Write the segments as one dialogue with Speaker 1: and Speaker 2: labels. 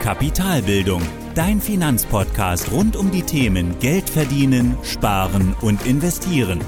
Speaker 1: Kapitalbildung, dein Finanzpodcast rund um die Themen Geld verdienen, sparen und investieren.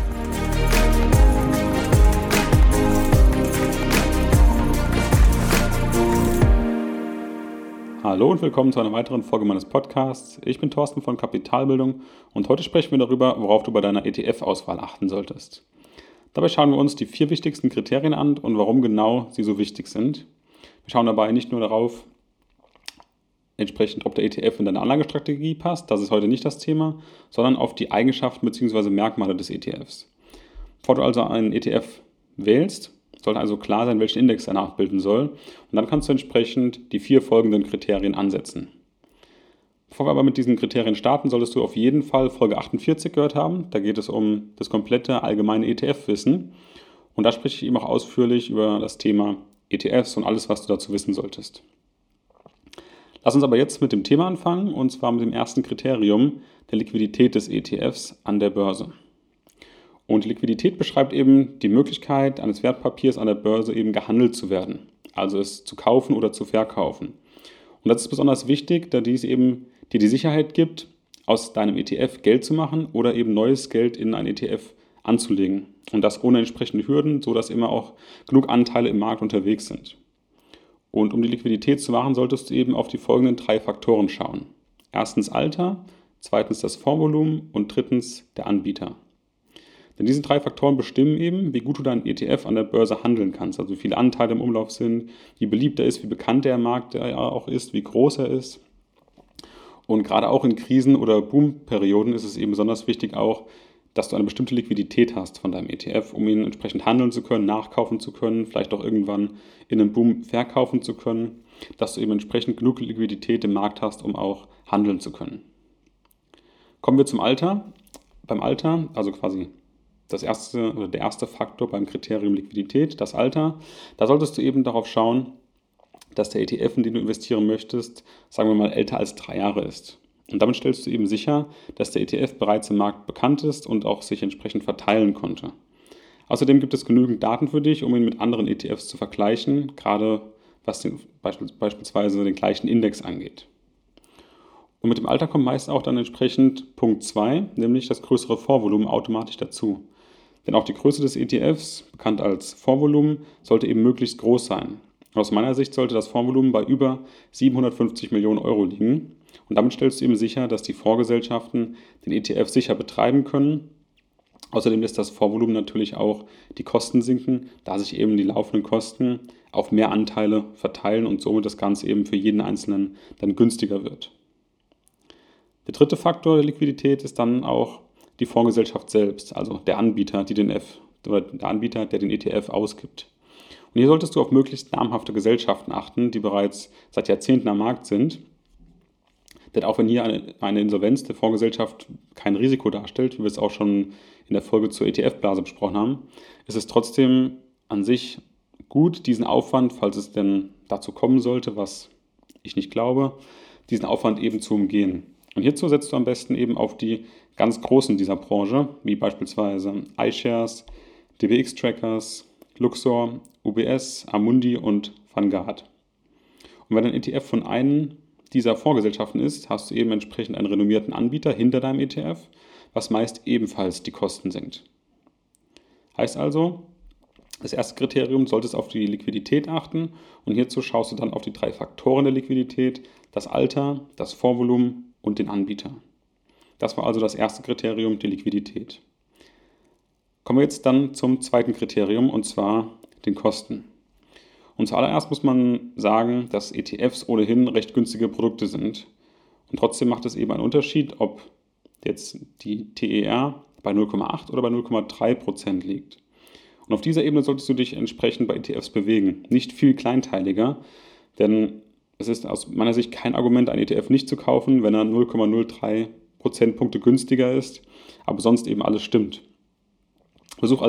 Speaker 2: Hallo und willkommen zu einer weiteren Folge meines Podcasts. Ich bin Thorsten von Kapitalbildung und heute sprechen wir darüber, worauf du bei deiner ETF-Auswahl achten solltest. Dabei schauen wir uns die 4 wichtigsten Kriterien an und warum genau sie so wichtig sind. Wir schauen dabei nicht nur darauf, entsprechend, ob der ETF in deine Anlagestrategie passt, das ist heute nicht das Thema, sondern auf die Eigenschaften bzw. Merkmale des ETFs. Bevor du also einen ETF wählst, sollte also klar sein, welchen Index er nachbilden soll, und dann kannst du entsprechend die 4 folgenden Kriterien ansetzen. Bevor wir aber mit diesen Kriterien starten, solltest du auf jeden Fall Folge 48 gehört haben. Da geht es um das komplette allgemeine ETF-Wissen und da spreche ich eben auch ausführlich über das Thema ETFs und alles, was du dazu wissen solltest. Lass uns aber jetzt mit dem Thema anfangen, und zwar mit dem ersten Kriterium, der Liquidität des ETFs an der Börse. Und die Liquidität beschreibt eben die Möglichkeit eines Wertpapiers an der Börse eben gehandelt zu werden, also es zu kaufen oder zu verkaufen. Und das ist besonders wichtig, da dies eben dir die Sicherheit gibt, aus deinem ETF Geld zu machen oder eben neues Geld in ein ETF anzulegen. Und das ohne entsprechende Hürden, sodass immer auch genug Anteile im Markt unterwegs sind. Und um die Liquidität zu wahren, solltest du eben auf die folgenden 3 Faktoren schauen. Erstens Alter, zweitens das Fondsvolumen und drittens der Anbieter. Denn diese 3 Faktoren bestimmen eben, wie gut du deinen ETF an der Börse handeln kannst. Also wie viele Anteile im Umlauf sind, wie beliebt er ist, wie bekannt der Markt auch ist, wie groß er ist. Und gerade auch in Krisen- oder Boomperioden ist es eben besonders wichtig auch, dass du eine bestimmte Liquidität hast von deinem ETF, um ihn entsprechend handeln zu können, nachkaufen zu können, vielleicht auch irgendwann in einem Boom verkaufen zu können, dass du eben entsprechend genug Liquidität im Markt hast, um auch handeln zu können. Kommen wir zum Alter. Beim Alter, also quasi der erste Faktor beim Kriterium Liquidität, das Alter, da solltest du eben darauf schauen, dass der ETF, in den du investieren möchtest, sagen wir mal älter als 3 Jahre ist. Und damit stellst du eben sicher, dass der ETF bereits im Markt bekannt ist und auch sich entsprechend verteilen konnte. Außerdem gibt es genügend Daten für dich, um ihn mit anderen ETFs zu vergleichen, gerade was beispielsweise den gleichen Index angeht. Und mit dem Alter kommt meist auch dann entsprechend Punkt 2, nämlich das größere Fondsvolumen automatisch dazu. Denn auch die Größe des ETFs, bekannt als Fondsvolumen, sollte eben möglichst groß sein. Aus meiner Sicht sollte das Fondsvolumen bei über 750 Millionen Euro liegen. Und damit stellst du eben sicher, dass die Fondsgesellschaften den ETF sicher betreiben können. Außerdem lässt das Fondsvolumen natürlich auch die Kosten sinken, da sich eben die laufenden Kosten auf mehr Anteile verteilen und somit das Ganze eben für jeden Einzelnen dann günstiger wird. Der dritte Faktor der Liquidität ist dann auch die Fondsgesellschaft selbst, also der Anbieter, der den ETF ausgibt. Und hier solltest du auf möglichst namhafte Gesellschaften achten, die bereits seit Jahrzehnten am Markt sind. Denn auch wenn hier eine Insolvenz der Fondsgesellschaft kein Risiko darstellt, wie wir es auch schon in der Folge zur ETF-Blase besprochen haben, ist es trotzdem an sich gut, diesen Aufwand, falls es denn dazu kommen sollte, was ich nicht glaube, diesen Aufwand eben zu umgehen. Und hierzu setzt du am besten eben auf die ganz Großen dieser Branche, wie beispielsweise iShares, DWX-Trackers, Luxor, UBS, Amundi und Vanguard. Und wenn ein ETF von einem dieser Fondsgesellschaften ist, hast du eben entsprechend einen renommierten Anbieter hinter deinem ETF, was meist ebenfalls die Kosten senkt. Heißt also, das erste Kriterium, solltest auf die Liquidität achten, und hierzu schaust du dann auf die 3 Faktoren der Liquidität, das Alter, das Fondsvolumen und den Anbieter. Das war also das erste Kriterium, die Liquidität. Kommen wir jetzt dann zum zweiten Kriterium, und zwar den Kosten. Und zuallererst muss man sagen, dass ETFs ohnehin recht günstige Produkte sind. Und trotzdem macht es eben einen Unterschied, ob jetzt die TER bei 0,8 oder bei 0,3% liegt. Und auf dieser Ebene solltest du dich entsprechend bei ETFs bewegen. Nicht viel kleinteiliger, denn es ist aus meiner Sicht kein Argument, einen ETF nicht zu kaufen, wenn er 0,03 Prozentpunkte günstiger ist, aber sonst eben alles stimmt. Versuch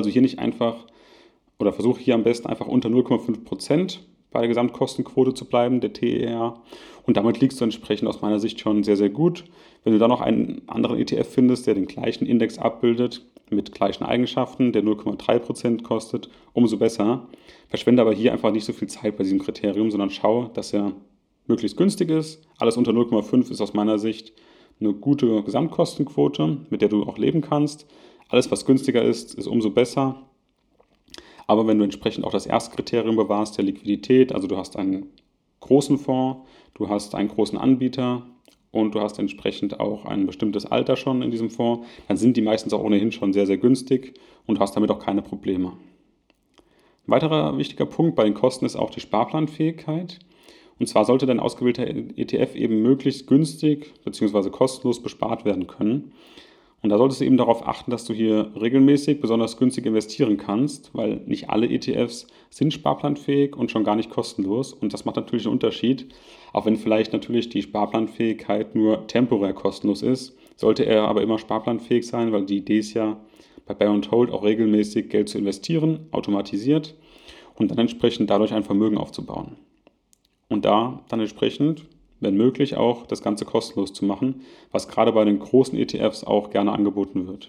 Speaker 2: hier am besten einfach unter 0,5% bei der Gesamtkostenquote zu bleiben, der TER. Und damit liegst du entsprechend aus meiner Sicht schon sehr, sehr gut. Wenn du dann noch einen anderen ETF findest, der den gleichen Index abbildet, mit gleichen Eigenschaften, der 0,3% kostet, umso besser. Verschwende aber hier einfach nicht so viel Zeit bei diesem Kriterium, sondern schau, dass er möglichst günstig ist. Alles unter 0,5 ist aus meiner Sicht eine gute Gesamtkostenquote, mit der du auch leben kannst. Alles, was günstiger ist, ist umso besser. Aber wenn du entsprechend auch das erste Kriterium bewahrst, der Liquidität, also du hast einen großen Fonds, du hast einen großen Anbieter und du hast entsprechend auch ein bestimmtes Alter schon in diesem Fonds, dann sind die meistens auch ohnehin schon sehr, sehr günstig und hast damit auch keine Probleme. Ein weiterer wichtiger Punkt bei den Kosten ist auch die Sparplanfähigkeit. Und zwar sollte dein ausgewählter ETF eben möglichst günstig bzw. kostenlos bespart werden können. Und da solltest du eben darauf achten, dass du hier regelmäßig besonders günstig investieren kannst, weil nicht alle ETFs sind sparplanfähig und schon gar nicht kostenlos. Und das macht natürlich einen Unterschied, auch wenn vielleicht natürlich die Sparplanfähigkeit nur temporär kostenlos ist, sollte er aber immer sparplanfähig sein, weil die Idee ist ja, bei Buy and Hold auch regelmäßig Geld zu investieren, automatisiert und dann entsprechend dadurch ein Vermögen aufzubauen. Und da dann entsprechend, wenn möglich, auch das Ganze kostenlos zu machen, was gerade bei den großen ETFs auch gerne angeboten wird.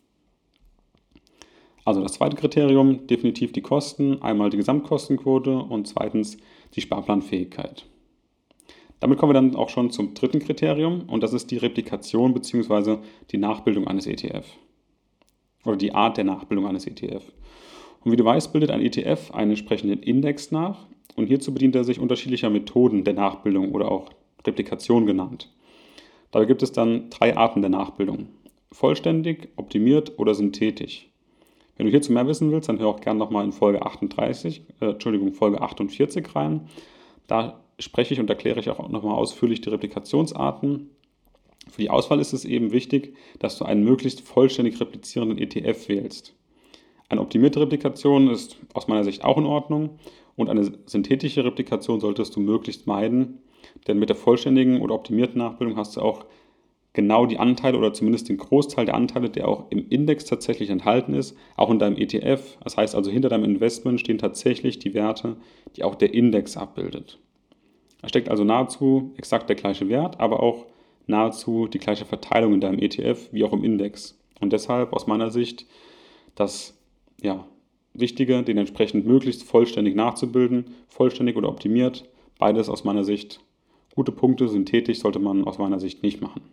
Speaker 2: Also das zweite Kriterium, definitiv die Kosten, einmal die Gesamtkostenquote und zweitens die Sparplanfähigkeit. Damit kommen wir dann auch schon zum dritten Kriterium und das ist die Replikation bzw. die Nachbildung eines ETF oder die Art der Nachbildung eines ETF. Und wie du weißt, bildet ein ETF einen entsprechenden Index nach und hierzu bedient er sich unterschiedlicher Methoden der Nachbildung oder auch Replikation genannt. Dabei gibt es dann 3 Arten der Nachbildung: vollständig, optimiert oder synthetisch. Wenn du hierzu mehr wissen willst, dann hör auch gerne nochmal in Folge 48 rein. Da spreche ich und erkläre ich auch nochmal ausführlich die Replikationsarten. Für die Auswahl ist es eben wichtig, dass du einen möglichst vollständig replizierenden ETF wählst. Eine optimierte Replikation ist aus meiner Sicht auch in Ordnung und eine synthetische Replikation solltest du möglichst meiden, denn mit der vollständigen oder optimierten Nachbildung hast du auch genau die Anteile oder zumindest den Großteil der Anteile, der auch im Index tatsächlich enthalten ist, auch in deinem ETF. Das heißt also, hinter deinem Investment stehen tatsächlich die Werte, die auch der Index abbildet. Da steckt also nahezu exakt der gleiche Wert, aber auch nahezu die gleiche Verteilung in deinem ETF wie auch im Index. Und deshalb aus meiner Sicht das Wichtige, den entsprechend möglichst vollständig nachzubilden, vollständig oder optimiert. Beides aus meiner Sicht gute Punkte, synthetisch sollte man aus meiner Sicht nicht machen.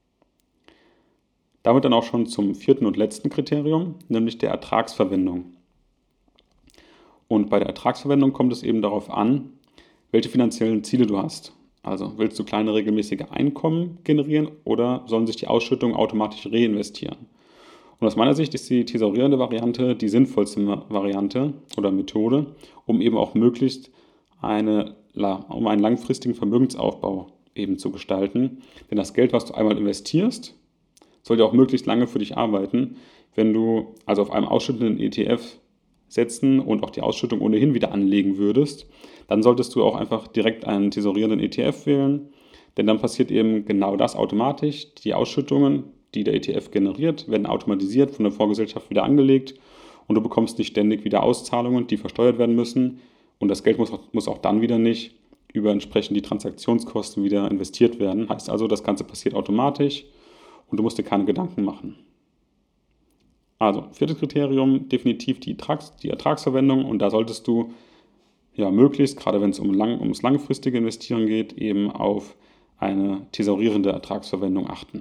Speaker 2: Damit dann auch schon zum vierten und letzten Kriterium, nämlich der Ertragsverwendung. Und bei der Ertragsverwendung kommt es eben darauf an, welche finanziellen Ziele du hast. Also willst du kleine regelmäßige Einkommen generieren oder sollen sich die Ausschüttungen automatisch reinvestieren? Und aus meiner Sicht ist die thesaurierende Variante die sinnvollste Variante oder Methode, um eben auch möglichst einen langfristigen Vermögensaufbau eben zu gestalten. Denn das Geld, was du einmal investierst, soll ja auch möglichst lange für dich arbeiten. Wenn du also auf einem ausschüttenden ETF setzen und auch die Ausschüttung ohnehin wieder anlegen würdest, dann solltest du auch einfach direkt einen thesaurierenden ETF wählen, denn dann passiert eben genau das automatisch. Die Ausschüttungen, die der ETF generiert, werden automatisiert von der Vorgesellschaft wieder angelegt und du bekommst nicht ständig wieder Auszahlungen, die versteuert werden müssen und das Geld muss auch dann wieder nicht über entsprechend die Transaktionskosten wieder investiert werden. Heißt also, das Ganze passiert automatisch und du musst dir keine Gedanken machen. Also, viertes Kriterium, definitiv die Ertragsverwendung und da solltest du möglichst, gerade wenn es ums langfristige Investieren geht, eben auf eine thesaurierende Ertragsverwendung achten.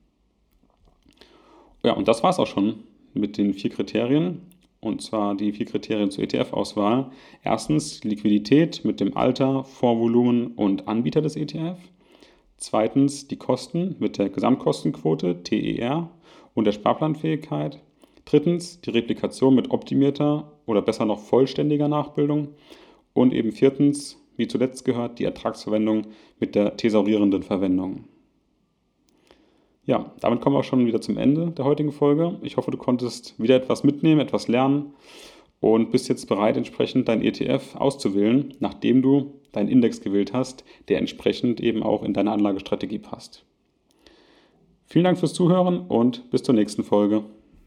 Speaker 2: Ja, und das war es auch schon mit den 4 Kriterien, und zwar die 4 Kriterien zur ETF-Auswahl. Erstens Liquidität mit dem Alter, Fondsvolumen und Anbieter des ETF. Zweitens die Kosten mit der Gesamtkostenquote, TER, und der Sparplanfähigkeit. Drittens die Replikation mit optimierter oder besser noch vollständiger Nachbildung. Und eben viertens, wie zuletzt gehört, die Ertragsverwendung mit der thesaurierenden Verwendung. Ja, damit kommen wir auch schon wieder zum Ende der heutigen Folge. Ich hoffe, du konntest wieder etwas mitnehmen, etwas lernen und bist jetzt bereit, entsprechend dein ETF auszuwählen, nachdem du deinen Index gewählt hast, der entsprechend eben auch in deine Anlagestrategie passt. Vielen Dank fürs Zuhören und bis zur nächsten Folge.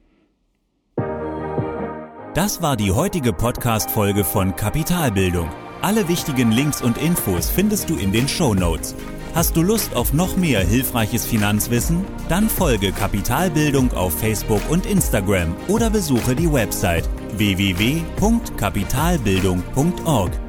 Speaker 1: Das war die heutige Podcast-Folge von Kapitalbildung. Alle wichtigen Links und Infos findest du in den Shownotes. Hast du Lust auf noch mehr hilfreiches Finanzwissen? Dann folge Kapitalbildung auf Facebook und Instagram oder besuche die Website www.kapitalbildung.org.